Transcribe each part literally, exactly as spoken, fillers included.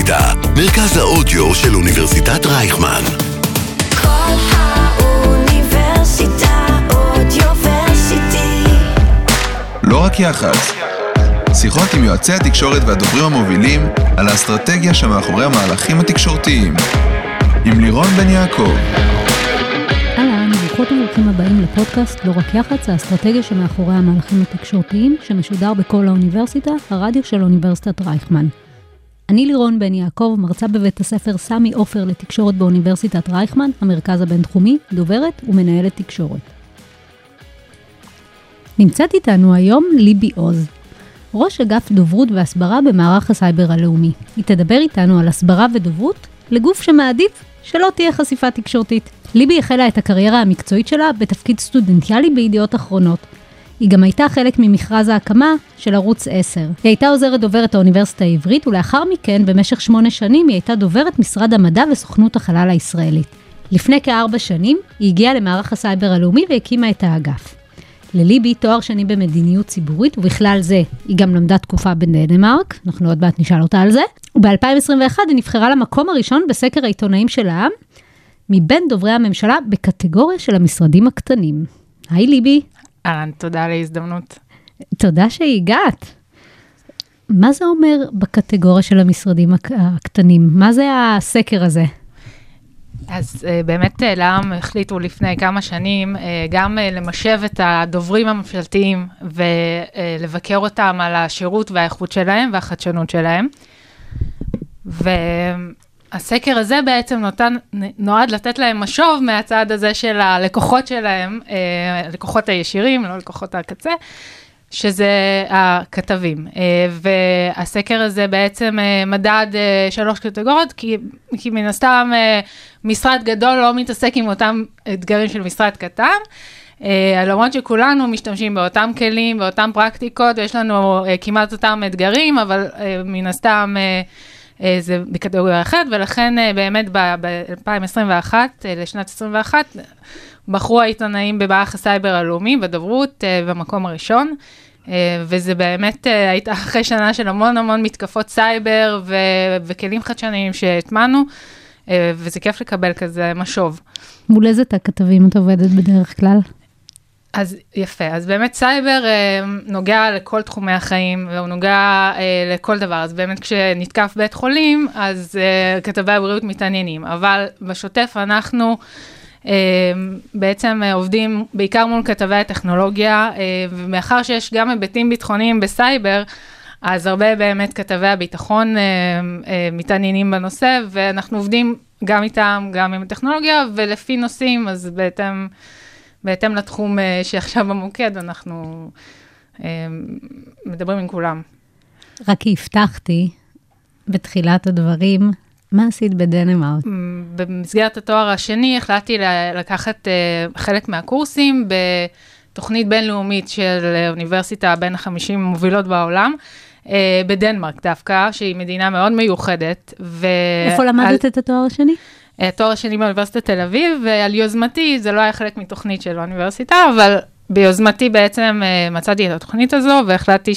האוניברסיטה, מרכז האודיו של אוניברסיטת רייכמן. כל האוניברסיטה אודיוורסיטי. לא רק יח"צ. שיחות עם יועצי התקשורת והדוברים המובילים על האסטרטגיה שמאחורי המהלכים התקשורתיים. עם לירון בן יעקב. אהלן, ברוכות וברוכים הבאים לפודקאסט לא רק יח"צ, האסטרטגיה שמאחורי המהלכים התקשורתיים, שמשודר בכל האוניברסיטה, הרדיו של אוניברסיטת רייכמן. אני לירון בן יעקב, מרצה בבית הספר סמי עופר לתקשורת באוניברסיטת רייכמן, המרכז הבינתחומי, דוברת ומנהלת תקשורת. נמצאת איתנו היום ליבי עוז, ראש אגף דוברות והסברה במערך הסייבר הלאומי. היא תדבר איתנו על הסברה ודוברות לגוף שמעדיף שלא תהיה חשיפה תקשורתית. ליבי החלה את הקריירה המקצועית שלה בתפקיד סטודנטיאלי בידיעות אחרונות. היא גם הייתה חלק ממכרז ההקמה של ערוץ עשר. היא הייתה עוזרת דוברת האוניברסיטה העברית, ולאחר מכן, במשך שמונה שנים, היא הייתה דוברת משרד המדע וסוכנות החלל הישראלית. לפני כארבע שנים, היא הגיעה למערך הסייבר הלאומי והקימה את האגף. לליבי תואר שני במדיניות ציבורית, ובכלל זה היא גם למדה תקופה בדנמרק, אנחנו עוד מעט נשאל אותה על זה, וב-אלפיים עשרים ואחת היא נבחרה למקום הראשון בסקר העיתונאים של העם, מבין דוברי הממשלה בקטגוריה של המשרדים הקטנים. היי ליבי. אהלן, תודה על ההזדמנות. תודה שהגעת. מה זה אומר בקטגוריה של המשרדים הקטנים? מה זה הסקר הזה? אז באמת לעם החליטו לפני כמה שנים גם למשב את הדוברים הממשלתיים ולבקר אותם על השירות והאיכות שלהם והחדשנות שלהם. והסקר הזה בעצם נותן, נועד לתת להם משוב מהצד הזה של הלקוחות שלהם, הלקוחות הישירים, לא לקוחות הקצה, שזה הכתבים. והסקר הזה בעצם מדד שלוש קטגוריות, כי, כי מן הסתם משרד גדול לא מתעסק עם אותם אתגרים של משרד קטן, למרות שכולנו משתמשים באותם כלים, באותם פרקטיקות, ויש לנו כמעט אותם אתגרים, אבל מן הסתם זה בקטגוריה אחת, ולכן באמת ב-אלפיים עשרים ואחת, לשנת עשרים ואחת, בחרו העיתונאים במערך הסייבר הלאומי, בדוברות, במקום הראשון, וזה באמת הייתה אחרי שנה של המון המון מתקפות סייבר, ו- וכלים חדשניים שהטמנו, וזה כיף לקבל כזה משוב. מול איזה הכתבים את עובדת בדרך כלל? אז יפה, אז באמת סייבר אה, נוגע לכל תחומי החיים, והוא נוגע אה, לכל דבר, אז באמת כשנתקף בית חולים, אז אה, כתבי הבריאות מתעניינים, אבל בשוטף אנחנו אה, בעצם אה, עובדים בעיקר מול כתבי הטכנולוגיה, אה, ומאחר שיש גם היבטים ביטחוניים בסייבר, אז הרבה באמת כתבי הביטחון אה, אה, מתעניינים בנושא, ואנחנו עובדים גם איתם, גם עם הטכנולוגיה, ולפי נושאים, אז בהתאם... בהתאם לתחום שעכשיו במוקד, אנחנו מדברים עם כולם. רק הבטחתי בתחילת הדברים, מה עשית בדנמרק? במסגרת התואר השני, החלטתי לקחת חלק מהקורסים בתוכנית בינלאומית של אוניברסיטה בין החמישים מובילות בעולם, בדנמרק דווקא, שהיא מדינה מאוד מיוחדת. איפה למדת את התואר השני? תואר שני באוניברסיטת תל אביב, ועל יוזמתי, זה לא היה חלק מתוכנית של האוניברסיטה, אבל ביוזמתי בעצם מצאתי את התוכנית הזו, והחלטתי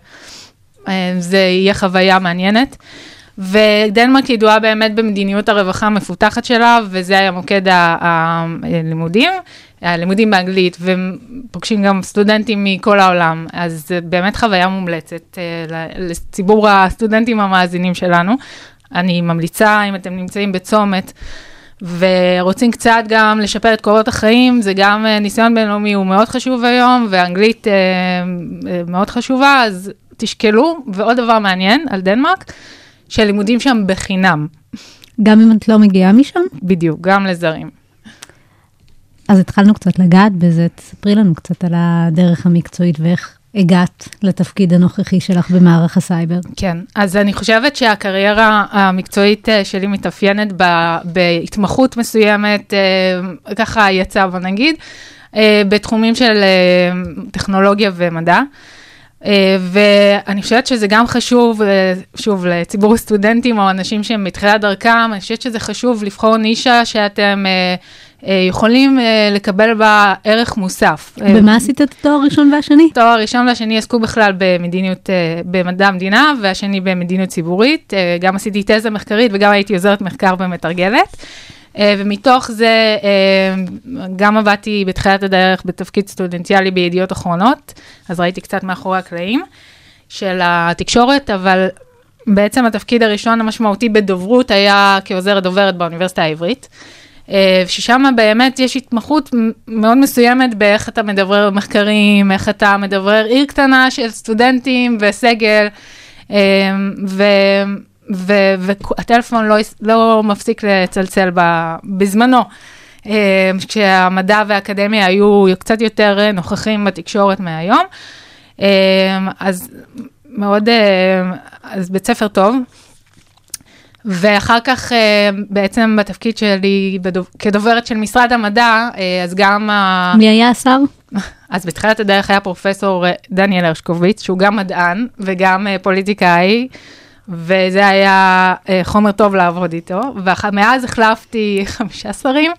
שזה יהיה חוויה מעניינת. ודנמרק ידועה באמת במדיניות הרווחה המפותחת שלה, וזה היה מוקד הלימודים, הלימודים באנגלית, ופוגשים גם סטודנטים מכל העולם, אז זה באמת חוויה מומלצת לציבור הסטודנטים המאזינים שלנו. אני ממליצה, אם אתם נמצאים בצומת, ורוצים קצת גם לשפר את קורות החיים, זה גם ניסיון בינלאומי, הוא מאוד חשוב היום, ואנגלית מאוד חשובה, אז תשקלו. ועוד דבר מעניין על דנמרק, שלימודים שם בחינם. גם אם את לא מגיעה משם? בדיוק, גם לזרים. אז התחלנו קצת לגעת בזה, תספרי לנו קצת על הדרך המקצועית ואיך הגעת לתפקיד הנוכחי שלך במערך הסייבר. כן, אז אני חושבת שהקריירה המקצועית שלי מתאפיינת בהתמחות מסוימת, ככה יצא בוא נגיד, בתחומים של טכנולוגיה ומדע, ואני חושבת שזה גם חשוב, שוב, לציבור הסטודנטים או אנשים שהם מתחילת דרכם, אני חושבת שזה חשוב לבחור נישה שאתם יכולים לקבל בה ערך מוסף. במה עשית את התואר הראשון והשני? התואר הראשון והשני עסקו בכלל במדיניות, במדע המדינה, והשני במדיניות ציבורית. גם עשיתי תזה מחקרית וגם הייתי עוזרת מחקר ומתרגלת. ומתוך זה גם עבדתי בתחילת הדרך בתפקיד סטודנטיאלי בידיעות אחרונות, אז ראיתי קצת מאחורי הקלעים של התקשורת, אבל בעצם התפקיד הראשון המשמעותי בדוברות היה כעוזרת דוברת באוניברסיטה העברית, ששם באמת יש התמחות מאוד מסוימת באיך אתה מדברר מחקרים, איך אתה מדברר עיר קטנה של סטודנטים וסגל, ו... והטלפון לא, לא מפסיק לצלצל בזמנו, כשהמדע והאקדמיה היו קצת יותר נוכחים בתקשורת מהיום, אז מאוד, אז בית ספר טוב, ואחר כך בעצם בתפקיד שלי כדוברת של משרד המדע, אז גם... מי היה השר? אז בתחילת הדרך היה פרופסור דניאל הרשקוביץ, שהוא גם מדען וגם פוליטיקאי, וזה היה חומר טוב לעבוד איתו, ומאז החלפתי חמישה שרים,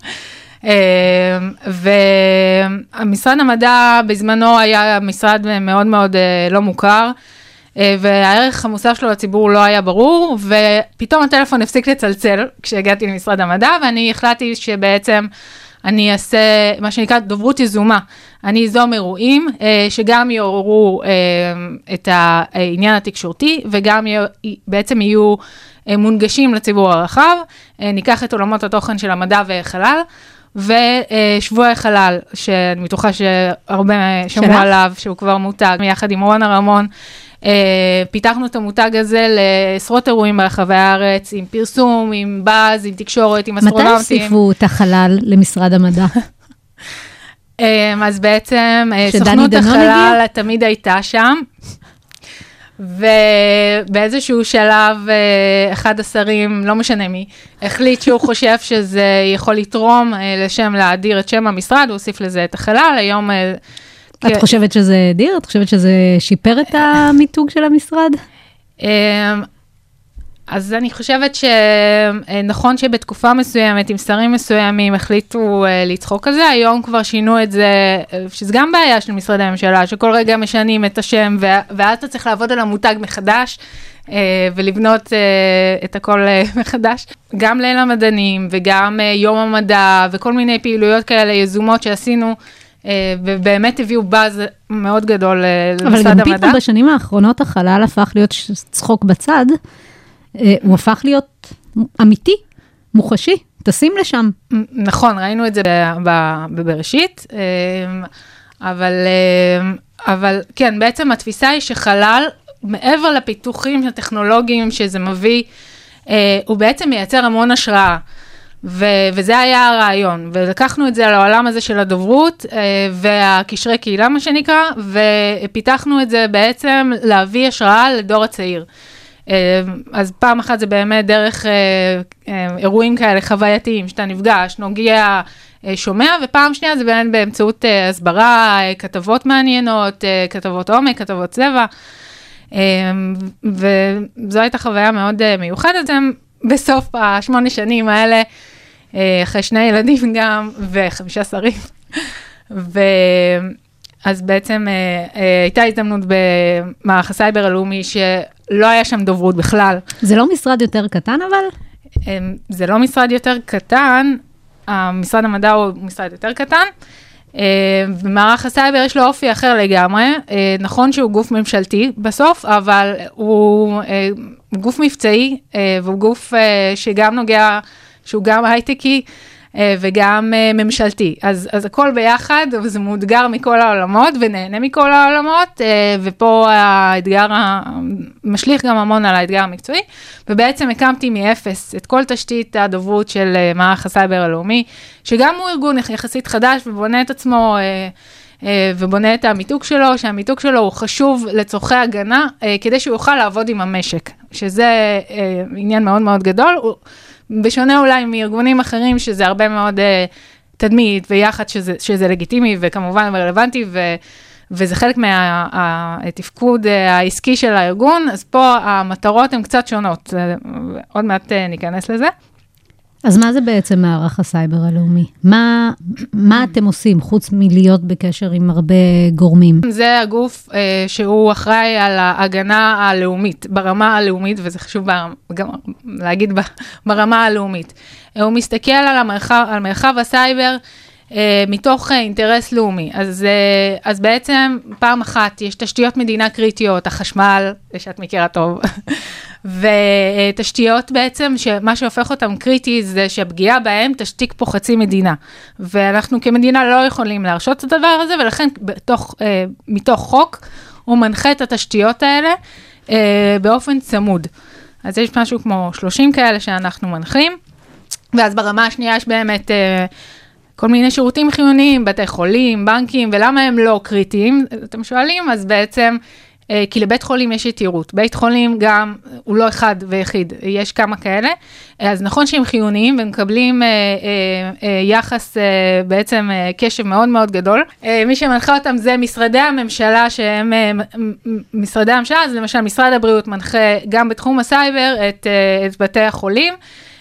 והמשרד המדע בזמנו היה משרד מאוד מאוד לא מוכר, והערך המוסף שלו לציבור לא היה ברור, ופתאום הטלפון הפסיק לצלצל כשהגעתי למשרד המדע, ואני החלטתי שבעצם אני אעשה מה שנקרא דוברות יזומה. אני איזום אירועים שגם יעוררו את העניין התקשורתי, וגם בעצם יהיו מונגשים לציבור הרחב. ניקח את עולמות התוכן של המדע וחלל, ושבוע החלל, שאני בטוחה שהרבה שמעו עליו, שהוא כבר מותג, מיחד עם רונה רמון, פיתחנו את המותג הזה לעשרות אירועים ברחבי הארץ, עם פרסום, עם באז, עם תקשורת, עם אסטרונאוטים. מתי הוסיפו את החלל למשרד המדע? אז בעצם סוכנות החלל תמיד הייתה שם, ובאיזשהו שלב אחד השרים, לא משנה מי, החליט שהוא חושב שזה יכול לתרום לשם להאדיר את שם המשרד, הוא הוסיף לזה את החלל, היום... את חושבת שזה דיר? את חושבת שזה שיפר את המיתוג של המשרד? אז אני חושבת שנכון שבתקופה מסוימת, עם שרים מסוימים, החליטו לצחוק על זה, היום כבר שינו את זה, שזה גם בעיה של משרדי הממשלה, שכל רגע משנים את השם, ואז אתה צריך לעבוד על המותג מחדש, ולבנות את הכל מחדש. גם ליל המדענים, וגם יום המדע, וכל מיני פעילויות כאלה יזומות שעשינו, ובאמת הביאו באז מאוד גדול למשרד המדע. אבל גם פתאום בשנים האחרונות החלל הפך להיות צחוק בצד, הוא הפך להיות אמיתי, מוחשי, תשים לשם. נכון, ראינו את זה בבראשית, אבל, אבל כן, בעצם התפיסה היא שחלל, מעבר לפיתוחים הטכנולוגיים שזה מביא, הוא בעצם מייצר המון השראה. ו- וזה היה הרעיון, ולקחנו את זה לעולם הזה של הדוברות, והקשרי קהילה מה שנקרא, ופיתחנו את זה בעצם להביא השראה לדור הצעיר. אז פעם אחת זה באמת דרך אירועים כאלה חווייתיים, שאתה נפגש, נוגע, שומע, ופעם שנייה זה באמת באמצעות הסברה, כתבות מעניינות, כתבות עומק, כתבות צבע, וזו הייתה חוויה מאוד מיוחדת. בסוף השמונה שנים האלה, אחרי שני ילדים גם, וחמישה שרים, ואז בעצם הייתה הזדמנות במערך הסייבר הלאומי, שלא היה שם דוברות בכלל. זה לא משרד יותר קטן אבל? זה לא משרד יותר קטן, המשרד המדע הוא משרד יותר קטן, במערך הסייבר יש לו אופי אחר לגמרי, נכון שהוא גוף ממשלתי בסוף, אבל הוא גוף מבצעי, והוא גוף שגם נוגע, שהוא גם הייטקי, וגם ממשלתי. אז, אז הכל ביחד, וזה מאותגר מכל העולמות, ונהנה מכל העולמות, ופה האתגר משליך גם המון על האתגר המקצועי, ובעצם הקמתי מאפס את כל תשתית הדוברות של מערך הסייבר הלאומי, שגם הוא ארגון יחסית חדש, ובונה את עצמו, ובונה את המיתוג שלו, שהמיתוג שלו הוא חשוב לצורכי הגנה, כדי שהוא יוכל לעבוד עם המשק, שזה עניין מאוד מאוד גדול, בשונה אולי מארגונים אחרים, שזה הרבה מאוד uh, תדמית ויחד שזה, שזה לגיטימי וכמובן רלוונטי, ו, וזה חלק מהתפקוד uh, העסקי של הארגון, אז פה המטרות הן קצת שונות, עוד מעט uh, ניכנס לזה. אז מה זה בעצם מערך הסייבר הלאומי? מה, מה אתם עושים חוץ מלהיות בקשר עם הרבה גורמים? זה הגוף אה, שהוא אחראי על ההגנה הלאומית, ברמה הלאומית, וזה חשוב גם להגיד ברמה הלאומית. הוא מסתכל על המרחב, על מרחב הסייבר, מתוך אינטרס לאומי. אז, אז בעצם פעם אחת יש תשתיות מדינה קריטיות, החשמל, שאת מכירה טוב, ותשתיות בעצם, שמה שהופך אותם קריטי זה שהפגיעה בהם תשתיק פה חצי מדינה. ואנחנו כמדינה לא יכולים להרשות את הדבר הזה, ולכן בתוך, מתוך חוק הוא מנחה את התשתיות האלה באופן צמוד. אז יש משהו כמו שלושים כאלה שאנחנו מנחים, ואז ברמה השנייה יש באמת כל מיני שירותים חיוניים, בתי חולים, בנקים, ולמה הם לא קריטיים? אתם שואלים, אז בעצם, כי לבית חולים יש יתירות. בית חולים גם, הוא לא אחד ויחיד, יש כמה כאלה. אז נכון שהם חיוניים, והם מקבלים יחס, בעצם קשב מאוד מאוד גדול. מי שמנחה אותם זה משרדי הממשלה, שהם משרדי הממשלה, אז למשל משרד הבריאות מנחה גם בתחום הסייבר את, את בתי החולים,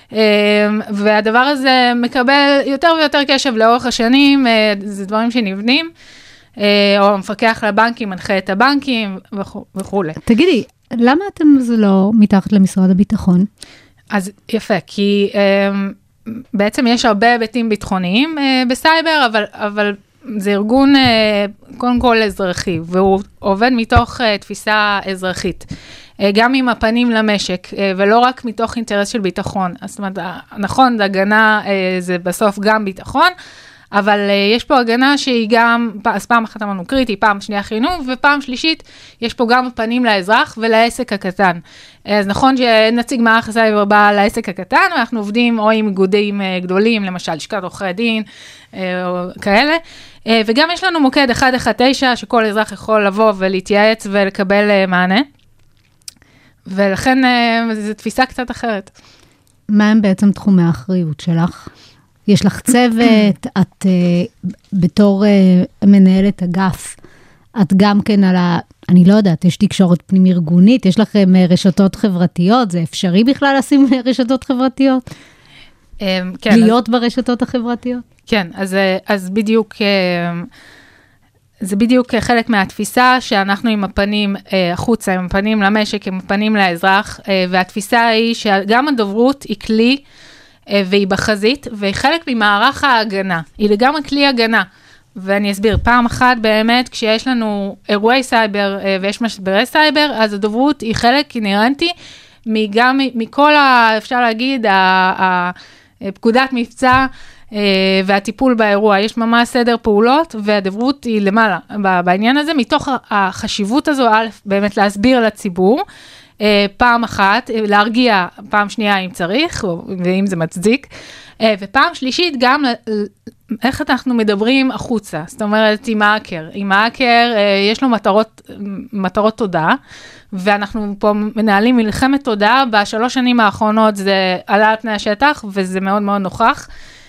והדבר הזה מקבל יותר ויותר קשב לאורך השנים, זה דברים שנבנים, או המפקח לבנקים מנחה את הבנקים וכו'. תגידי, למה אתם זה לא מתחת למשרד הביטחון? אז יפה, כי בעצם יש הרבה היבטים ביטחוניים בסייבר, אבל, אבל זה ארגון קודם כל אזרחי, והוא עובד מתוך תפיסה אזרחית. גם עם הפנים למשק, ולא רק מתוך אינטרס של ביטחון. זאת אומרת, נכון, הגנה זה בסוף גם ביטחון, אבל יש פה הגנה שהיא גם, אז פעם אחת אמרנו קריטי, פעם שנייה חינוך, ופעם שלישית, יש פה גם הפנים לאזרח ולעסק הקטן. אז נכון שנציג מערך הסייבר בא לעסק הקטן, ואנחנו עובדים או עם איגודים גדולים, למשל לשכת עורכי דין, או כאלה, וגם יש לנו מוקד אחת אחת תשע, שכל אזרח יכול לבוא ולהתייעץ ולקבל מענה. ולכן זו תפיסה קצת אחרת. מה הם בעצם תחומי האחריות שלך? יש לך צוות, את בתור מנהלת אגף, את גם כן על ה... אני לא יודעת, יש תקשורת פנים ארגונית, יש לכם רשתות חברתיות, זה אפשרי בכלל לשים רשתות חברתיות? כן. להיות ברשתות החברתיות? כן, אז, אז בדיוק... זה בדיוק חלק מהתפיסה שאנחנו עם הפנים החוצה, עם הפנים למשק, עם הפנים לאזרח, והתפיסה היא שגם הדוברות היא כלי והיא בחזית, והיא חלק ממערך ההגנה, היא לגמרי כלי הגנה. ואני אסביר, פעם אחת באמת, כשיש לנו אירועי סייבר ויש משברי סייבר, אז הדוברות היא חלק אינהרנטי, גם מכל, ה, אפשר להגיד, הפקודת מבצע, והטיפול באירוע, יש ממש סדר פעולות, והדוברות היא למעלה בעניין הזה, מתוך החשיבות הזו, א', באמת להסביר לציבור, פעם אחת, להרגיע פעם שנייה אם צריך, ואם זה מצדיק, ופעם שלישית גם איך אנחנו מדברים החוצה, זאת אומרת עם האקר, עם האקר יש לו מטרות, מטרות תודעה, ואנחנו פה מנהלים מלחמת תודעה, בשלוש שנים האחרונות זה עלה על פני השטח, וזה מאוד מאוד נוכח,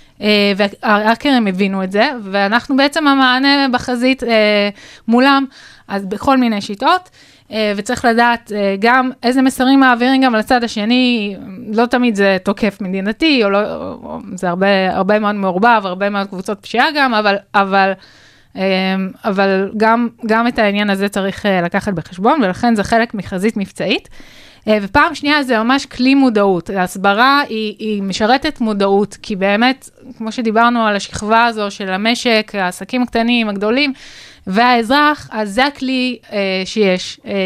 והאקרים הבינו את זה, ואנחנו בעצם המענה בחזית מולם, אז בכל מיני שיטות, וצריך לדעת גם איזה מסרים מעבירים גם לצד השני, לא תמיד זה תוקף מדינתי, או לא, או, זה הרבה, הרבה מאוד מעורבב, הרבה מאוד קבוצות פשיעה גם, אבל, אבל, אבל גם, גם את העניין הזה צריך לקחת בחשבון, ולכן זה חלק מחזית מבצעית. ופעם שנייה זה ממש כלי מודעות, ההסברה היא, היא משרתת מודעות, כי באמת, כמו שדיברנו על השכבה הזו של המשק, העסקים הקטנים, הגדולים, והאזרח, אז זה הכלי אה, שיש, אה,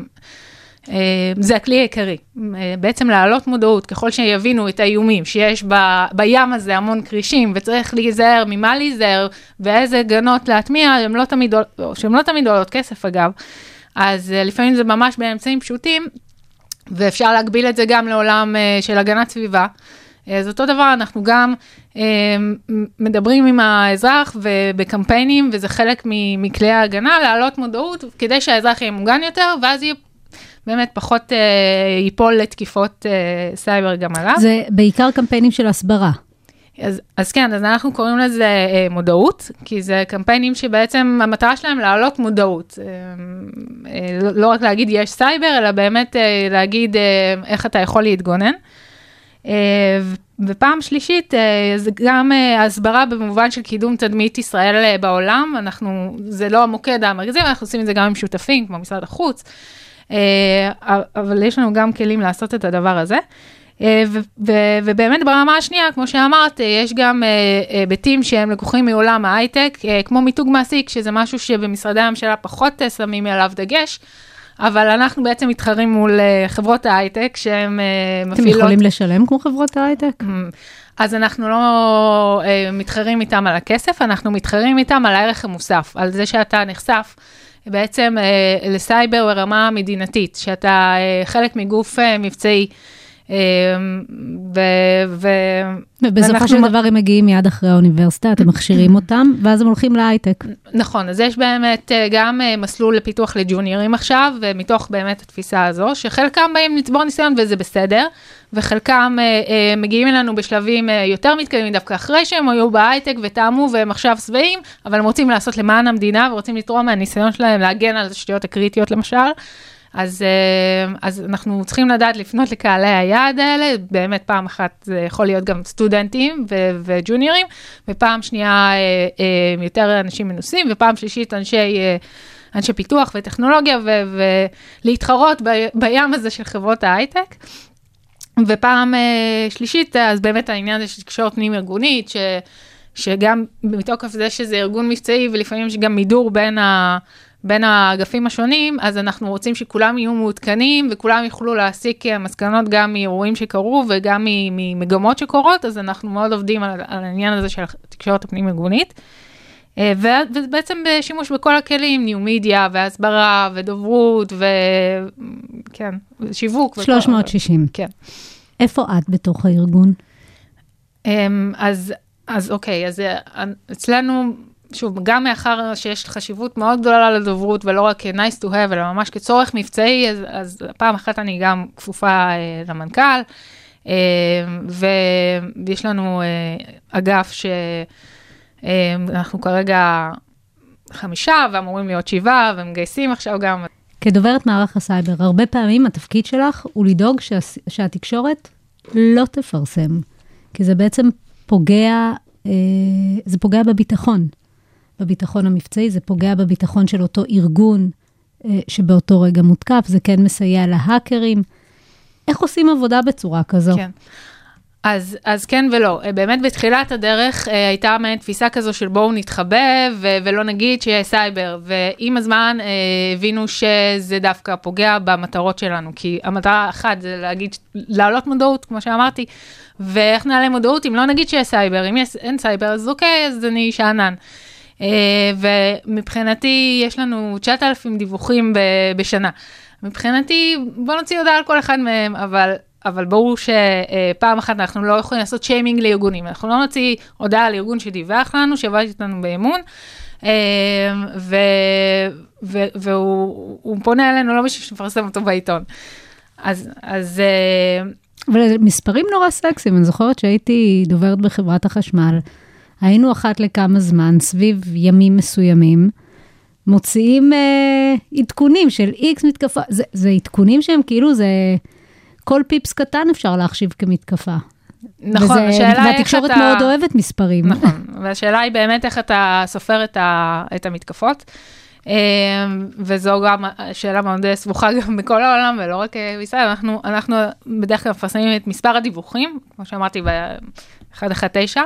אה, זה הכלי העיקרי, אה, בעצם להעלות מודעות, ככל שיבינו את האיומים שיש ב, בים הזה המון קרישים, וצריך להיזהר ממה להיזהר, ואיזה גנות להטמיע, שהן לא תמיד, שהן לא תמיד עולות כסף אגב, אז אה, לפעמים זה ממש באמצעים פשוטים, ואפשר להגביל את זה גם לעולם uh, של הגנת סביבה. אז אותו דבר, אנחנו גם uh, מדברים עם האזרח ובקמפיינים, וזה חלק מכלי ההגנה, להעלות מודעות, כדי שהאזרח יהיה מוגן יותר, ואז יהיה באמת פחות uh, ייפול לתקיפות uh, סייבר גם עליו. זה בעיקר קמפיינים של הסברה. אז, אז כן, אז אנחנו קוראים לזה אה, מודעות, כי זה קמפיינים שבעצם המטרה שלהם להעלות מודעות. אה, אה, לא, לא רק להגיד יש סייבר, אלא באמת אה, להגיד אה, איך אתה יכול להתגונן. ופעם שלישית, זה גם הסברה במובן של קידום תדמית ישראל בעולם, אנחנו, זה לא המוקד המרכזי, אנחנו עושים את זה גם עם שותפים, כמו משרד החוץ, אבל יש לנו גם כלים לעשות את הדבר הזה. ובאמת ברמה השנייה, כמו שאמרת, יש גם היבטים שהם לקוחים מעולם ההייטק, כמו מיתוג מעסיק, שזה משהו שבמשרדי הממשלה פחות שמים עליו דגש, אבל אנחנו בעצם מתחרים מול חברות ההייטק, שהם מפעילות... אתם יכולים לשלם כמו חברות ההייטק? אז אנחנו לא מתחרים איתם על הכסף, אנחנו מתחרים איתם על הערך המוסף, על זה שאתה נחשף בעצם לסייבר ברמה מדינתית, שאתה חלק מגוף מבצעי, ובסופו של דבר הם מגיעים מיד אחרי האוניברסיטה, אתם מכשירים אותם, ואז הם הולכים להייטק. נכון, אז יש באמת גם מסלול לפיתוח לג'וניורים עכשיו, ומתוך באמת התפיסה הזו, שחלקם באים לצבור ניסיון וזה בסדר, וחלקם מגיעים אלינו בשלבים יותר מתקדמים, דווקא אחרי שהם היו בהייטק וטעמו והם עכשיו שבעים, אבל הם רוצים לעשות למען המדינה, ורוצים לתרום מהניסיון שלהם להגן על התשתיות הקריטיות למשל, אז, אז אנחנו צריכים לדעת לפנות לקהלי היעד האלה, באמת פעם אחת זה יכול להיות גם סטודנטים ו- וג'וניורים, ופעם שנייה יותר אנשים מנוסים, ופעם שלישית אנשי, אנשי פיתוח וטכנולוגיה, ו- ולהתחרות ב- בים הזה של חברות ההייטק. ופעם שלישית, אז באמת העניין הזה של תקשורת פנים ארגונית, ש- שגם מתוקף זה שזה ארגון מבצעי, ולפעמים יש גם מידור בין ה... בין האגפים השונים, אז אנחנו רוצים שכולם יהיו מעודכנים, וכולם יוכלו להסיק מסקנות גם מאירועים שקרו, וגם ממגמות שקורות, אז אנחנו מאוד עובדים על, על העניין הזה של תקשורת הפנים ארגונית, ובעצם בשימוש בכל הכלים, ניו מדיה, והסברה, ודוברות, וכן, שיווק. שלוש מאות ושישים. כן. איפה את בתוך הארגון? אז, אז אוקיי, אז אצלנו... שוב, גם מאחר שיש חשיבות מאוד גדולה לדוברות, ולא רק nice to have, אלא ממש כצורך מבצעי, אז, אז פעם אחת אני גם כפופה אה, למנכ"ל, אה, ויש לנו אה, אגף שאנחנו אה, כרגע חמישה, ואמורים להיות שבעה, ומגייסים עכשיו גם. כדוברת מערך הסייבר, הרבה פעמים התפקיד שלך הוא לדאוג שה, שהתקשורת לא תפרסם, כי זה בעצם פוגע, אה, זה פוגע בביטחון. בביטחון המבצעי, זה פוגע בביטחון של אותו ארגון שבאותו רגע מותקף, זה כן מסייע להאקרים. איך עושים עבודה בצורה כזו? כן. אז, אז כן ולא. באמת בתחילת הדרך הייתה מעין תפיסה כזו של בואו נתחבא ו- ולא נגיד שיהיה סייבר, ועם הזמן הבינו שזה דווקא פוגע במטרות שלנו, כי המטרה אחת זה להגיד, להעלות מודעות, כמו שאמרתי, ואיך נעלה מודעות אם לא נגיד שיהיה סייבר, אם יש, אין סייבר אז אוקיי, אז אני שענן. ומבחינתי יש לנו תשעת אלפים דיווחים בשנה. מבחינתי, בוא נוציא הודעה על כל אחד מהם, אבל, אבל ברור שפעם אחת אנחנו לא יכולים לעשות שיימינג לארגונים. אנחנו לא נוציא הודעה על ארגון שדיווח לנו, שעבד איתנו באמון, ו, ו, והוא פונה אלינו לא בשביל שנפרסם אותו בעיתון. אז, אז... אבל מספרים נורא סקסיים. אני זוכרת שהייתי דוברת בחברת החשמל, היינו אחת לכמה זמן, סביב ימים מסוימים, מוציאים אה, עדכונים של איקס מתקפה, זה, זה עדכונים שהם כאילו, זה כל פיפס קטן אפשר להחשיב כמתקפה. נכון, וזה, השאלה איך אתה... והתקשורת מאוד אוהבת מספרים. נכון, והשאלה היא באמת איך אתה סופר את, ה, את המתקפות, אה, וזו גם שאלה מאוד סבוכה גם בכל העולם, ולא רק בישראל, אנחנו, אנחנו בדרך כלל מפרסמים את מספר הדיווחים, כמו שאמרתי, ב-אחת אחת תשע,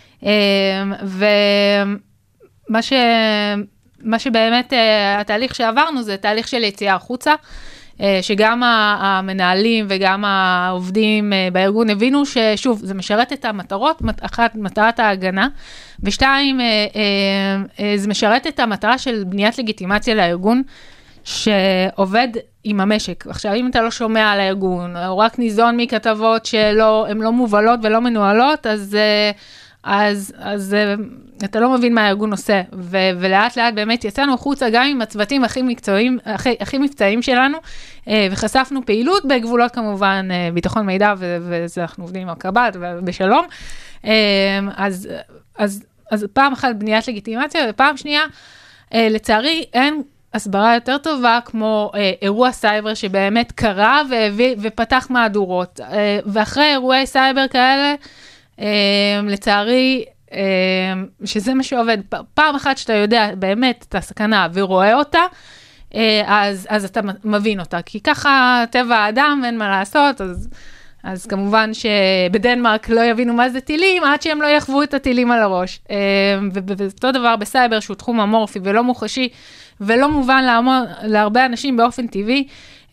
ומה ש... מה שבאמת התהליך שעברנו זה תהליך של יציאה החוצה, שגם המנהלים וגם העובדים בארגון הבינו ששוב, זה משרת את המטרות, אחת, מטרת ההגנה, ושתיים, זה משרת את המטרה של בניית לגיטימציה לארגון, שעובד עם המשק. עכשיו, אם אתה לא שומע על הארגון, או רק ניזון מכתבות שהן לא מובלות ולא מנוהלות, אז... אז, אז אתה לא מבין מה הארגון עושה, ו, ולאט לאט באמת יצאנו החוצה גם עם הצוותים הכי מקצועיים, הכי, הכי מבצעיים שלנו, וחשפנו פעילות בגבולות כמובן ביטחון מידע, ו, וזה אנחנו עובדים עם הקב"ט ובשלום, אז, אז, אז פעם אחת בניית לגיטימציה, ופעם שנייה, לצערי אין, הסברה יותר טובה, כמו אה, אירוע סייבר שבאמת קרה והביא, ופתח מהדורות. אה, ואחרי אירועי סייבר כאלה, אה, לצערי, אה, שזה מה שעובד, פעם אחת שאתה יודע באמת את הסכנה ורואה אותה, אה, אז, אז אתה מבין אותה. כי ככה טבע האדם, אין מה לעשות, אז... אז כמובן שבדנמרק לא יבינו מה זה טילים, עד שהם לא יחוו את הטילים על הראש. ואותו דבר בסייבר, שהוא תחום אמורפי ולא מוחשי, ולא מובן להרבה אנשים באופן טבעי,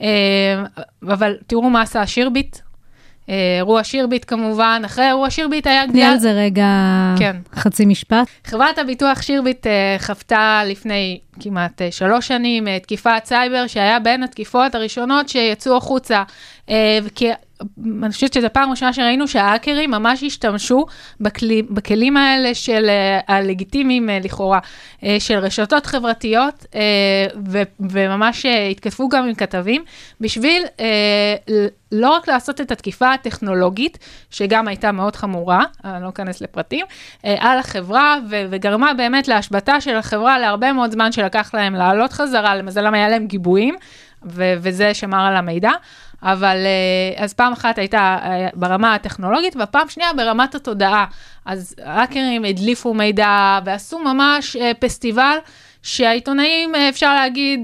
אבל תראו מה עשה שירביט, אירוע שירביט כמובן, אחרי אירוע שירביט היה גדיעה... תני על זה רגע כן. חצי משפט. חברת הביטוח שירביט חוותה לפני כמעט שלוש שנים, תקיפת סייבר, שהיה בין התקיפות הראשונות שיצאו החוצה, וכי... אני חושבת שזו פעם ראשונה שראינו שההאקרים ממש השתמשו בכלי, בכלים האלה של uh, הלגיטימיים uh, לכאורה, uh, של רשתות חברתיות, uh, ו, וממש uh, התכתבו גם עם כתבים, בשביל uh, לא רק לעשות את התקיפה הטכנולוגית, שגם הייתה מאוד חמורה, אני לא אכנס לפרטים, uh, על החברה, ו, וגרמה באמת להשבתה של החברה להרבה מאוד זמן שלקח להם לעלות חזרה, למזלם היה להם גיבויים, ו- וזה שמר על המידע, אבל אז פעם אחת הייתה ברמה הטכנולוגית, והפעם שנייה ברמת התודעה. אז האקרים הדליפו מידע, ועשו ממש פסטיבל, שהעיתונאים, אפשר להגיד,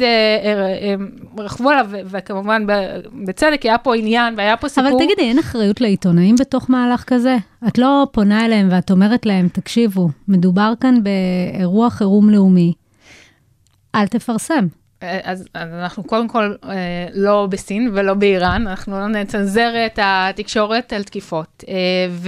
רחבו עליו, וכמובן בצדק, היה פה עניין, והיה פה סיפור. אבל תגידי, אין אחריות לעיתונאים בתוך מהלך כזה? את לא פונה אליהם, ואת אומרת להם, תקשיבו, מדובר כאן באירוע חירום לאומי, אל תפרסם. אז, אז אנחנו קודם כל אה, לא בסין ולא באיראן, אנחנו לא נצנזר את התקשורת על תקיפות. אה,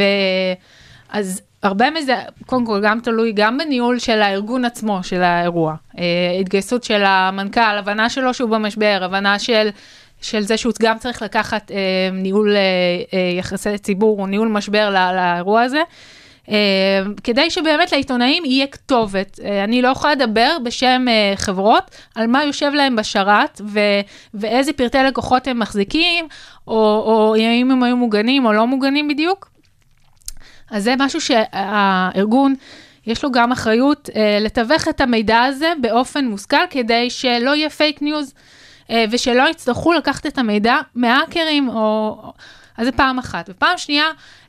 ואז הרבה מזה, קודם כל גם תלוי גם בניהול של הארגון עצמו, של האירוע. אה, התגייסות של המנכ"ל, הבנה שלו שהוא במשבר, הבנה של, של זה שהוא גם צריך לקחת אה, ניהול אה, אה, יחסי ציבור, או ניהול משבר לא, לאירוע הזה. Uh, כדי שבאמת לעיתונאים יהיה כתובת. Uh, אני לא יכולה לדבר בשם uh, חברות על מה יושב להם בשרת, ו- ואיזה פרטי לקוחות הם מחזיקים, או, או אם הם היו מוגנים או לא מוגנים בדיוק. אז זה משהו שהארגון, יש לו גם אחריות uh, לתווך את המידע הזה באופן מושכל, כדי שלא יהיה פייק ניוז, uh, ושלא יצטרכו לקחת את המידע מהאקרים, או... אז זה פעם אחת. ופעם שנייה,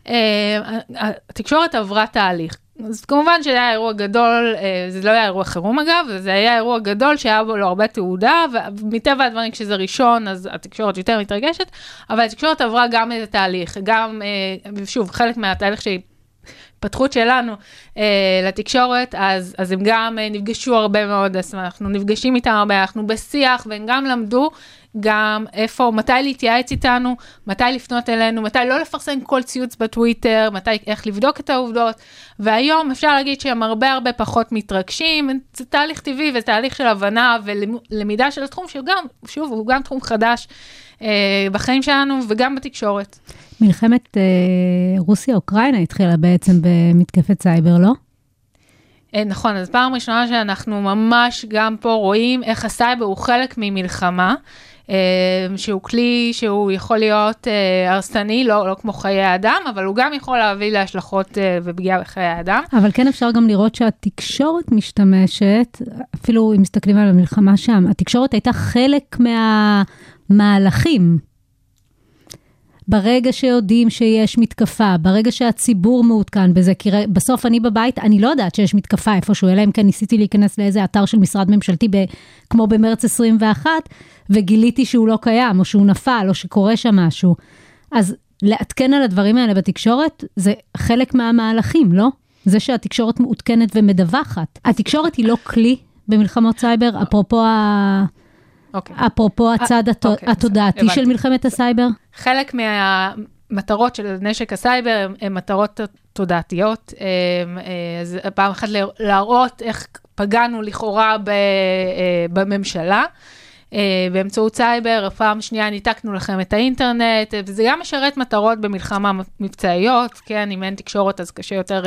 התקשורת עברה תהליך. אז כמובן שזה היה אירוע גדול, זה לא היה אירוע חירום אגב, זה היה אירוע גדול שהיה בו לו הרבה תעודה, ומטבע הדברים כשזה ראשון, אז התקשורת יותר מתרגשת, אבל התקשורת עברה גם איזה תהליך, גם, שוב, חלק מהתהליך שהיא, פתחות שלנו אה, לתקשורת, אז, אז הם גם אה, נפגשו הרבה מאוד, אז אנחנו נפגשים איתם הרבה, אנחנו בשיח, והם גם למדו גם איפה, מתי להתייעץ איתנו, מתי לפנות אלינו, מתי לא לפרסם כל ציוץ בטוויטר, מתי איך לבדוק את העובדות, והיום אפשר להגיד שהם הרבה הרבה פחות מתרגשים, זה תהליך טבעי ותהליך של הבנה ולמידה של התחום, שגם, שוב, הוא גם תחום חדש אה, בחיים שלנו וגם בתקשורת. מלחמת אה, רוסיה-אוקראינה התחילה בעצם במתקפת סייבר, לא? אה, נכון, אז פעם ראשונה שאנחנו ממש גם פה רואים איך הסייבר הוא חלק ממלחמה, אה, שהוא כלי שהוא יכול להיות אה, הרסני, לא, לא כמו חיי האדם, אבל הוא גם יכול להביא להשלכות אה, ופגיעה בחיי האדם. אבל כן אפשר גם לראות שהתקשורת משתמשת, אפילו אם מסתכלים על המלחמה שם, התקשורת הייתה חלק מהמהלכים. ברגע שיודעים שיש מתקפה, ברגע שהציבור מעודכן בזה, כי בסוף אני בבית, אני לא יודעת שיש מתקפה איפשהו, אלא אם כן ניסיתי להיכנס לאיזה אתר של משרד ממשלתי, ב, כמו במרץ עשרים ואחת, וגיליתי שהוא לא קיים, או שהוא נפל, או שקורה שם משהו. אז לעדכן על הדברים האלה בתקשורת, זה חלק מהמהלכים, לא? זה שהתקשורת מעודכנת ומדווחת. התקשורת היא לא כלי במלחמות סייבר, אפרופו ה... Okay. אפרופו הצד okay, התודעתי okay, של מלחמת הסייבר? חלק מהמטרות של נשק הסייבר הן מטרות תודעתיות. אז פעם אחת להראות איך פגענו לכאורה בממשלה, באמצעות סייבר, פעם שנייה ניתקנו לכם את האינטרנט, וזה גם משרת מטרות במלחמה מבצעיות, כן, אם אין תקשורת אז קשה יותר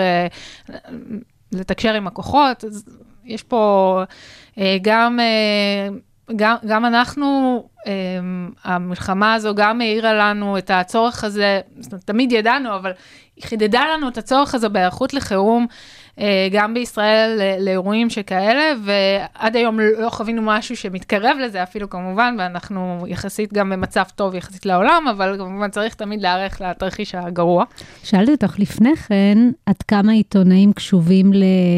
לתקשר עם הכוחות, אז יש פה גם... גם, גם אנחנו, המלחמה הזו גם העירה לנו את הצורך הזה, תמיד ידענו, אבל היא חידדה לנו את הצורך הזה בהיערכות לחירום, גם בישראל לאירועים שכאלה, ועד היום לא חווינו משהו שמתקרב לזה אפילו כמובן, ואנחנו יחסית גם במצב טוב יחסית לעולם, אבל כמובן צריך תמיד להיערך לתרחיש הגרוע. שאלתי אותך לפני כן, עד כמה עיתונאים קשובים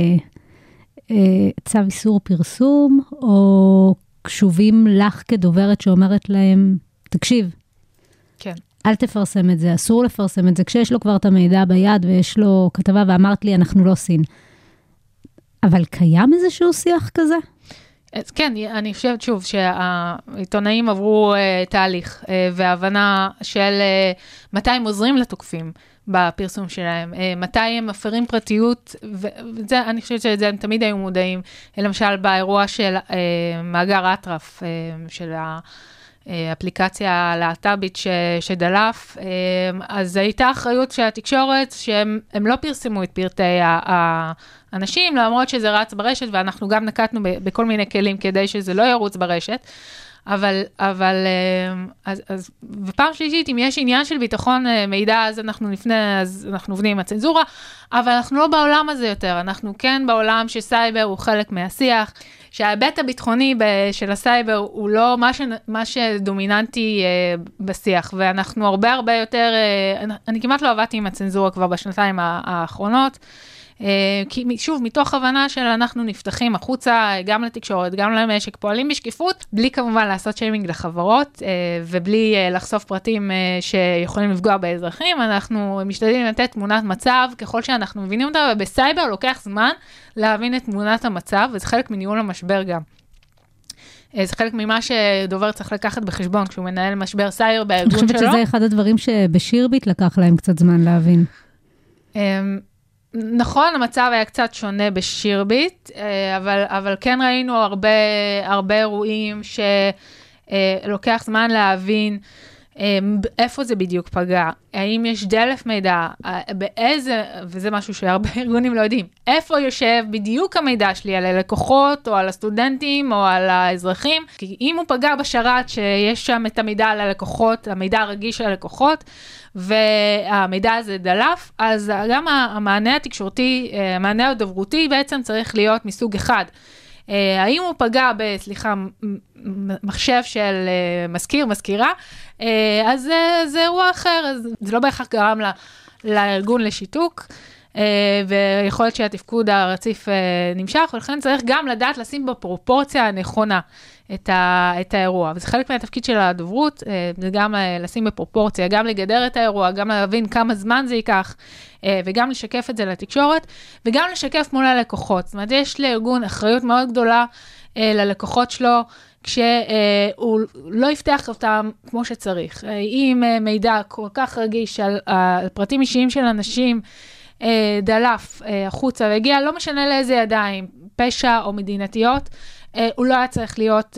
לצו איסור פרסום, או קשובים לך כדוברת שאומרת להם, תקשיב, כן. אל תפרסם את זה, אסור לפרסם את זה, כשיש לו כבר את המידע ביד ויש לו כתבה ואמרת לי, אנחנו לא סין. אבל קיים איזשהו שיח כזה? כן, אני חושבת שוב שהעיתונאים עברו uh, תהליך uh, והבנה של uh, מתי הם עוזרים לתוקפים בפרסום שלהם, uh, מתי הם מפרים פרטיות, וזה, אני חושבת שזה הם תמיד היו מודעים, למשל באירוע של uh, מאגר אטרף, uh, של ה... אפליקציה הלהט"בית שדלף, אז הייתה אחריות של התקשורת שהם לא פרסמו את פרטי האנשים, למרות שזה רץ ברשת, ואנחנו גם נקטנו בכל מיני כלים כדי שזה לא ירוץ ברשת, אבל, אבל, אז, אז, ופעם שלישית, אם יש עניין של ביטחון מידע, אז אנחנו נפנה, אז אנחנו עובדים עם הצנזורה, אבל אנחנו לא בעולם הזה יותר, אנחנו כן בעולם שסייבר הוא חלק מהשיח, שההיבט הביטחוני של הסייבר הוא לא מה, ש, מה שדומיננטי uh, בשיח, ואנחנו הרבה הרבה יותר, uh, אני, אני כמעט לא עבדתי עם הצנזורה כבר בשנתיים האחרונות, uh, כי שוב, מתוך הבנה של אנחנו נפתחים החוצה, גם לתקשורת, גם למשק, פועלים בשקיפות, בלי כמובן לעשות שיימינג לחברות, uh, ובלי uh, לחשוף פרטים uh, שיכולים לפגוע באזרחים, אנחנו משתדלים לתת תמונת מצב, ככל שאנחנו מבינים אותה, ובסייבר לוקח זמן, להבין את תמונת המצב, וזה חלק מניהול המשבר גם. זה חלק ממה שדובר צריך לקחת בחשבון, כשהוא מנהל משבר סייבר בארגון שלו. אני חושבת שזה אחד הדברים שבשירביט לקח להם קצת זמן להבין. נכון, המצב היה קצת שונה בשירביט, אבל, אבל כן ראינו הרבה, הרבה אירועים שלוקח זמן להבין איפה זה בדיוק פגע, האם יש דלף מידע, באיזה, וזה משהו שהרבה ארגונים לא יודעים, איפה יושב בדיוק המידע שלי על הלקוחות, או על הסטודנטים, או על האזרחים, כי אם הוא פגע בשרת שיש שם את המידע על הלקוחות, המידע הרגיש על הלקוחות, והמידע הזה דלף, אז גם המענה התקשורתי, המענה הדוברותי בעצם צריך להיות מסוג אחד, האם הוא פגע בסליחה, מחשב של מזכיר, מזכירה, אז זה אירוע אחר, אז זה לא בהכרח גרם לארגון לשיתוק, ויכול להיות שהתפקוד הרציף נמשך, ולכן צריך גם לדעת לשים בפרופורציה הנכונה את, ה, את האירוע. וזה חלק מהתפקיד של הדוברות, זה גם לשים בפרופורציה, גם לגדר את האירוע, גם להבין כמה זמן זה ייקח, וגם לשקף את זה לתקשורת, וגם לשקף מול הלקוחות. זאת אומרת, יש לארגון אחריות מאוד גדולה ללקוחות שלו, כשהוא לא יפתח אותם כמו שצריך. אם מידע כל כך רגיש על, על פרטים אישיים של אנשים, דלף החוצה והגיע, לא משנה לאיזה ידיים, פשע או מדינתיות, הוא לא היה צריך להיות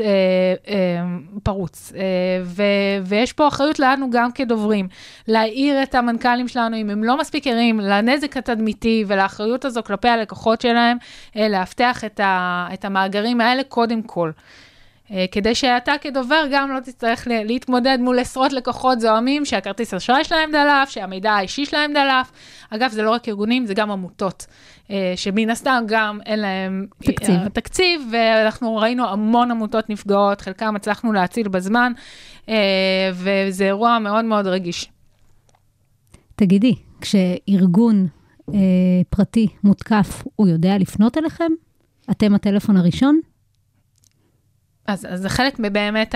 פרוץ. ויש פה אחריות לנו גם כדוברים, להעיר את המנכ"לים שלנו, אם הם לא מספיק ערים, לנזק התדמיתי ולאחריות הזו כלפי הלקוחות שלהם, להפתח את המאגרים האלה קודם כל. כדי שאתה כדובר גם לא תצטרך להתמודד מול עשרות לקוחות זוהמים, שהכרטיס אשראי שלהם דלף, שהמידע האישי שלהם דלף. אגב, זה לא רק ארגונים, זה גם עמותות, שמן הסתם גם אין להם תקציב. תקציב, ואנחנו ראינו המון עמותות נפגעות, חלקם הצלחנו להציל בזמן, וזה אירוע מאוד מאוד רגיש. תגידי, כשארגון פרטי מותקף, הוא יודע לפנות אליכם? אתם הטלפון הראשון? אז, אז זה חלק מבאמת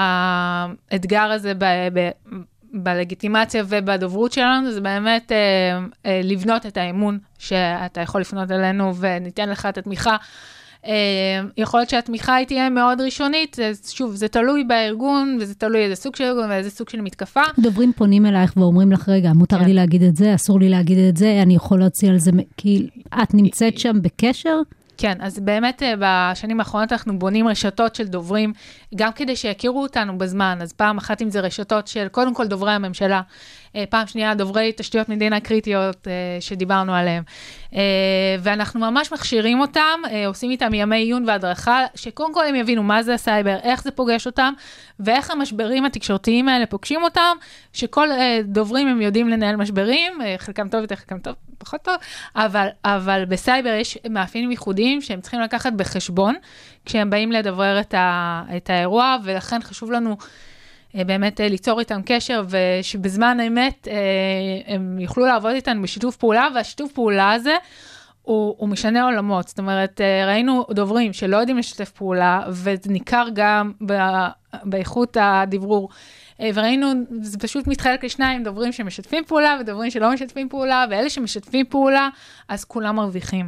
האתגר הזה ב, ב, בלגיטימציה ובדוברות שלנו, זה באמת אה, אה, לבנות את האמון שאתה יכול לפנות אלינו וניתן לך את התמיכה. אה, יכול להיות שהתמיכה היא תהיה מאוד ראשונית, זה, שוב, זה תלוי בארגון, וזה תלוי איזה סוג של ארגון ואיזה סוג של מתקפה. דוברים פונים אלייך ואומרים לך, רגע, מותר כן. לי להגיד את זה, אסור לי להגיד את זה, אני יכול להוציא על זה, כי את נמצאת שם בקשר? כן, אז באמת בשנים האחרונות אנחנו בונים רשתות של דוברים, גם כדי שיכירו אותנו בזמן, אז פעם אחת אם זה רשתות של קודם כל דוברי הממשלה, פעם שנייה דוברי תשתיות מדינה קריטיות שדיברנו עליהם, ואנחנו ממש מכשירים אותם, עושים איתם ימי עיון והדרכה, שקודם כל הם יבינו מה זה הסייבר, איך זה פוגש אותם, ואיך המשברים התקשורתיים האלה פוגשים אותם, שכל דוברים הם יודעים לנהל משברים, חלקם טוב יותר, חלקם טוב, פחות טוב, אבל, אבל בסייבר יש מאפיינים ייחודיים שהם צריכים לקחת בחשבון, כשהם באים לדברר את, ה, את האירוע, ולכן חשוב לנו באמת ליצור איתם קשר, ושבזמן האמת הם יוכלו לעבוד איתנו בשיתוף פעולה, והשיתוף פעולה הזה הוא, הוא משנה עולמות. זאת אומרת, ראינו דוברים שלא יודעים לשתף פעולה, וזה ניכר גם באיכות הדברור, וראינו, זה פשוט מתחלק לשניים, דוברים שמשתפים פעולה, ודוברים שלא משתפים פעולה, ואלה שמשתפים פעולה, אז כולם מרוויחים.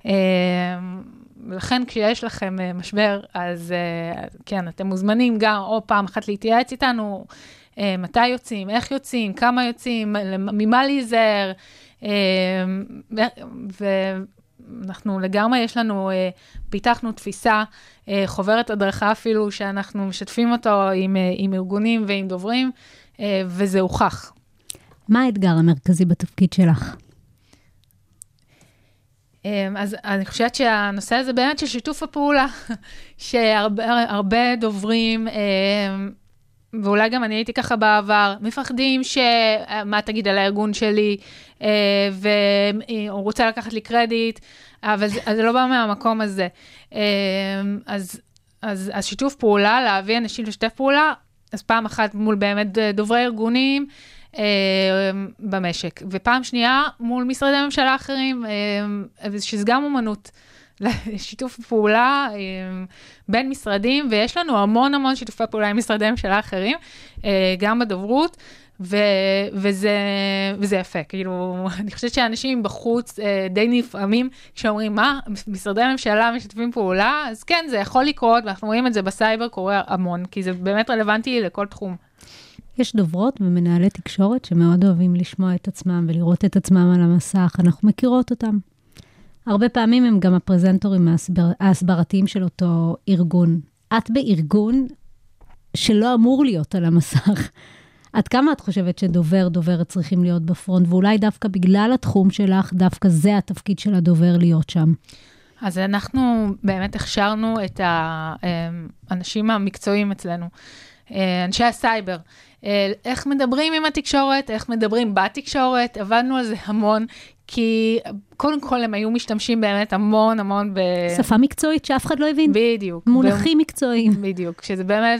ולכן כשיש לכם משבר, אז כן, אתם מוזמנים גם או פעם אחת להתייעץ איתנו, מתי יוצאים, איך יוצאים, כמה יוצאים, ממה להיזהר, ואנחנו לגמרי, יש לנו, פיתחנו תפיסה, חוברת הדרכה אפילו, שאנחנו משתפים אותו עם, עם ארגונים ועם דוברים, וזה הוכח. מה האתגר המרכזי בתפקיד שלך? אז אני חושבת שהנושא הזה באמת של שיתוף הפעולה, שהרבה הרבה דוברים, ואולי גם אני הייתי ככה בעבר, מפחדים שמה תגיד על הארגון שלי, והוא רוצה לקחת לי קרדיט, אבל זה, זה לא בא מהמקום הזה. אז, אז, אז שיתוף פעולה, להביא אנשים לשתף פעולה, אז פעם אחת מול באמת דוברי ארגונים, במשק, ופעם שנייה מול משרדי ממשלה אחרים, שזה גם אומנות, שיתוף פעולה בין משרדים, ויש לנו המון המון שיתופי פעולה עם משרדי ממשלה אחרים, גם בדוברות, ו- וזה, וזה יפה. כאילו, אני חושבת שאנשים בחוץ די נפעמים, כשאומרים, מה, משרדי ממשלה משתפים פעולה? אז כן, זה יכול לקרות, ואנחנו רואים את זה בסייבר קורה המון, כי זה באמת רלוונטי לכל תחום. יש דוברות ומנהלי תקשורת שמאוד אוהבים לשמוע את עצמם ולראות את עצמם על המסך, אנחנו מכירות אותם. הרבה פעמים הם גם הפרזנטורים ההסבר, ההסברתיים של אותו ארגון. את בארגון שלא אמור להיות על המסך. עד כמה את חושבת שדובר, דוברת צריכים להיות בפרונט, ואולי דווקא בגלל התחום שלך, דווקא זה התפקיד של הדובר להיות שם? אז אנחנו באמת הכשרנו את האנשים המקצועיים אצלנו, אנשי הסייבר, איך מדברים עם התקשורת, איך מדברים בתקשורת, עבדנו על זה המון, כי קודם כל הם היו משתמשים באמת המון המון ב... שפה מקצועית שאף אחד לא הבין. בדיוק. מונחים מקצועיים. בדיוק, שזה באמת,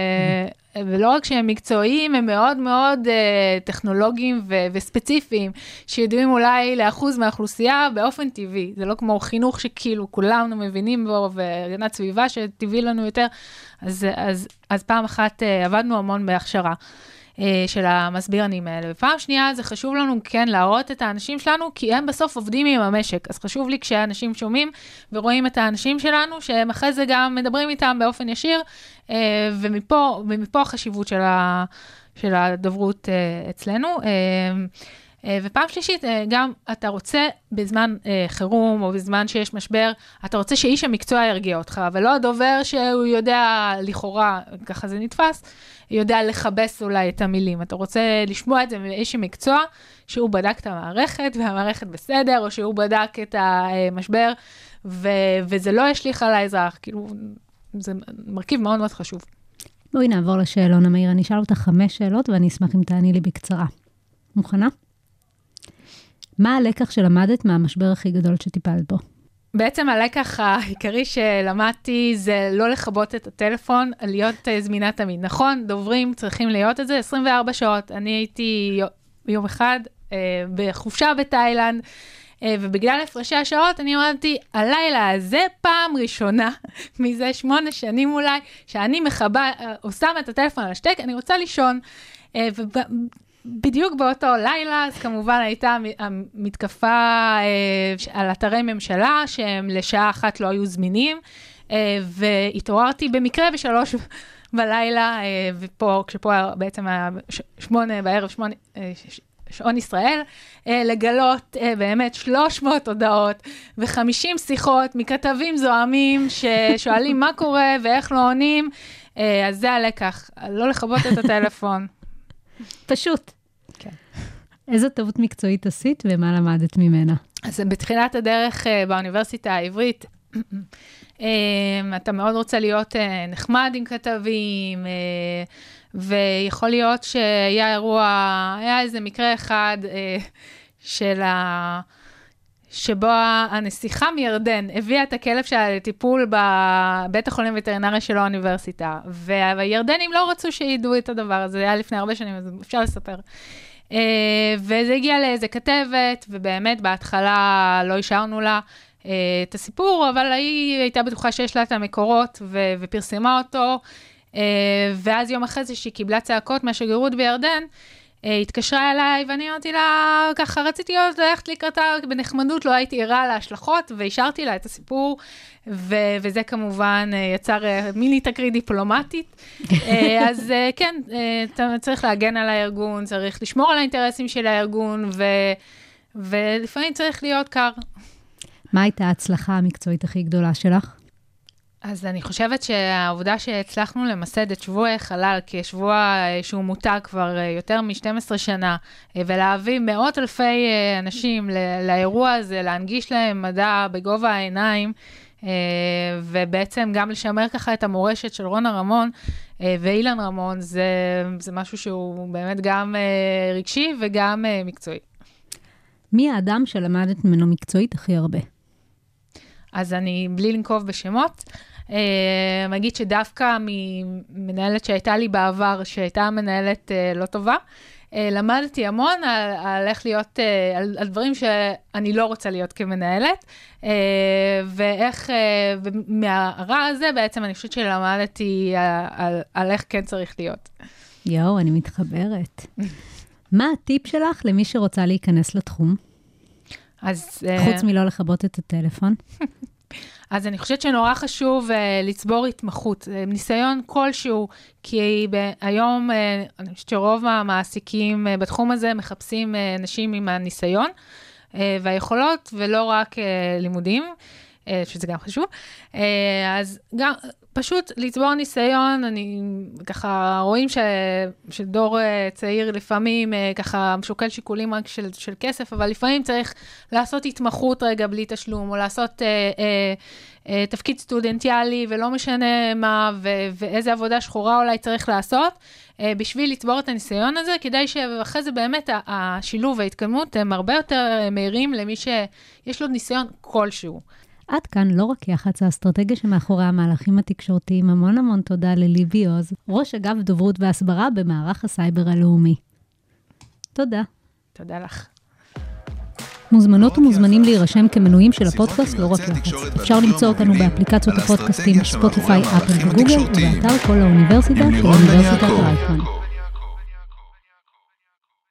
ולא רק שהם מקצועיים, הם מאוד מאוד טכנולוגיים וספציפיים, שידועים אולי לאחוז מהאוכלוסייה באופן טבעי. זה לא כמו חינוך שכאילו כולנו מבינים בו, והגנת סביבה שטבעי לנו יותר. אז, אז, אז פעם אחת עבדנו המון בהכשרה של המסבירנים האלה. ופעם שנייה זה חשוב לנו כן להראות את האנשים שלנו, כי הם בסוף עובדים עם המשק. אז חשוב לי כשאנשים שומעים ורואים את האנשים שלנו, שהם אחרי זה גם מדברים איתם באופן ישיר, ומפה, ומפה החשיבות של, ה, של הדוברות אצלנו. ופעם שלישית, גם אתה רוצה בזמן חירום או בזמן שיש משבר, אתה רוצה שאיש המקצוע ירגיע אותך, ולא הדובר שהוא יודע לכאורה, ככה זה נתפס, יודע לחבס אולי את המילים. אתה רוצה לשמוע את זה מאיש המקצוע, שהוא בדק את המערכת, והמערכת בסדר, או שהוא בדק את המשבר, ו- וזה לא ישליך על האזרח. כאילו, זה מרכיב מאוד מאוד חשוב. בואי נעבור לשאלון המהיר. אני אשאל אותך חמש שאלות, ואני אשמח אם תעני לי בקצרה. מוכנה? מה הלקח שלמדת מהמשבר הכי גדול שטיפלת בו? בעצם הלקח העיקרי שלמדתי זה לא לכבות את הטלפון, להיות זמינה תמיד. נכון, דוברים צריכים להיות את זה עשרים וארבע שעות. אני הייתי יום אחד בחופשה בתאילנד, ובגלל הפרשי השעות אני אמרתי, הלילה הזה פעם ראשונה, מזה שמונה שנים אולי, שאני מחבה, או שמה את הטלפון על השתק, אני רוצה לישון, ובדיוק באותו לילה, אז כמובן הייתה המתקפה על אתרי ממשלה, שהם לשעה אחת לא היו זמינים, והתעוררתי במקרה בשלוש בלילה, ופה, כשפה בעצם היה שמונה בערב, שמונה, שעון ישראל, לגלות באמת שלוש מאות הודעות ו-חמישים שיחות מכתבים זוהמים ששואלים מה קורה ואיך לא עונים, אז זה הלקח, לא לכבות את הטלפון. פשוט. כן. איזו טעות מקצועית עשית ומה למדת ממנה? אז בתחילת הדרך באוניברסיטה העברית, אתה מאוד רוצה להיות נחמד עם כתבים, ויכול להיות שהיה אירוע, היה איזה מקרה אחד של ה... שבו הנסיכה מירדן הביאה את הכלב שלה לטיפול בבית החולים וטרינרי של האוניברסיטה, והירדנים לא רצו שידעו את הדבר הזה, זה היה לפני הרבה שנים, אז אפשר לספר. וזה הגיע לאיזה כתבת, ובאמת בהתחלה לא השארנו לה את הסיפור, אבל היא הייתה בטוחה שיש לה את המקורות, ופרסמה אותו, ואז יום אחרי זה שהיא קיבלה צעקות מהשגרירות בירדן, התקשרה אליי, ואני אמרתי לה, ככה רציתי ללכת לקראתה בנחמדות, לא הייתי ערה להשלכות, והשארתי לה את הסיפור, ו- וזה כמובן יצר מיני תקרית דיפלומטית. אז כן, אתה צריך להגן על הארגון, צריך לשמור על האינטרסים של הארגון, ו- ולפעמים צריך להיות קר. מה הייתה ההצלחה המקצועית הכי גדולה שלך? אז אני חושבת שהעובדה שהצלחנו למסד את שבוע חלל כשבוע שהוא מותג כבר יותר מ-שתים עשרה שנה, ולהביא מאות אלפי אנשים לאירוע הזה, להנגיש להם מדע בגובה העיניים, ובעצם גם לשמר ככה את המורשת של רונה רמון ואילן רמון, זה, זה משהו שהוא באמת גם רגשי וגם מקצועי. מי האדם שלמדת ממנו מקצועית הכי הרבה? אז אני, בלי לנקוב בשמות, אה, אגיד שדווקא ממנהלת שהייתה לי בעבר, שהייתה מנהלת אה, לא טובה, אה, למדתי המון על, על איך להיות, אה, על, על דברים שאני לא רוצה להיות כמנהלת, אה, ואיך, אה, ומהרע הזה בעצם אני חושבת שלמדתי על, על, על איך כן צריך להיות. יואו, אני מתחברת. מה הטיפ שלך למי שרוצה להיכנס לתחום? אז, חוץ מלא לכבות את הטלפון. אז אני חושבת שנורא חשוב uh, לצבור התמחות, uh, ניסיון כלשהו, כי ב- היום uh, אני חושבת שרוב המעסיקים uh, בתחום הזה מחפשים uh, נשים עם הניסיון uh, והיכולות, ולא רק uh, לימודים, uh, שזה גם חשוב. Uh, אז גם פשוט לצבור ניסיון, אני ככה רואים ש, שדור uh, צעיר לפעמים uh, ככה משוקל שיקולים רק של, של כסף, אבל לפעמים צריך לעשות התמחות רגע בלי תשלום, או לעשות uh, uh, uh, תפקיד סטודנטיאלי, ולא משנה מה, ו- ואיזה עבודה שחורה אולי צריך לעשות, uh, בשביל לצבור את הניסיון הזה, כדי שאחרי זה באמת השילוב וההתקדמות הם הרבה יותר מהירים למי שיש לו ניסיון כלשהו. עד כאן לא רק יח"צ האסטרטגיה שמאחורי המהלכים התקשורתיים. המון המון תודה לליבי עוז, ראש אגף דוברות והסברה במערך הסייבר הלאומי. תודה. תודה לך. מוזמנות ומוזמנים להירשם כמנויים של הפודקאסט לא רק יח"צ. אפשר למצוא אותנו באפליקציות הפודקאסטים ספוטיפיי, אפל וגוגל, ובאתר כל האוניברסיטה של אוניברסיטת רייכמן.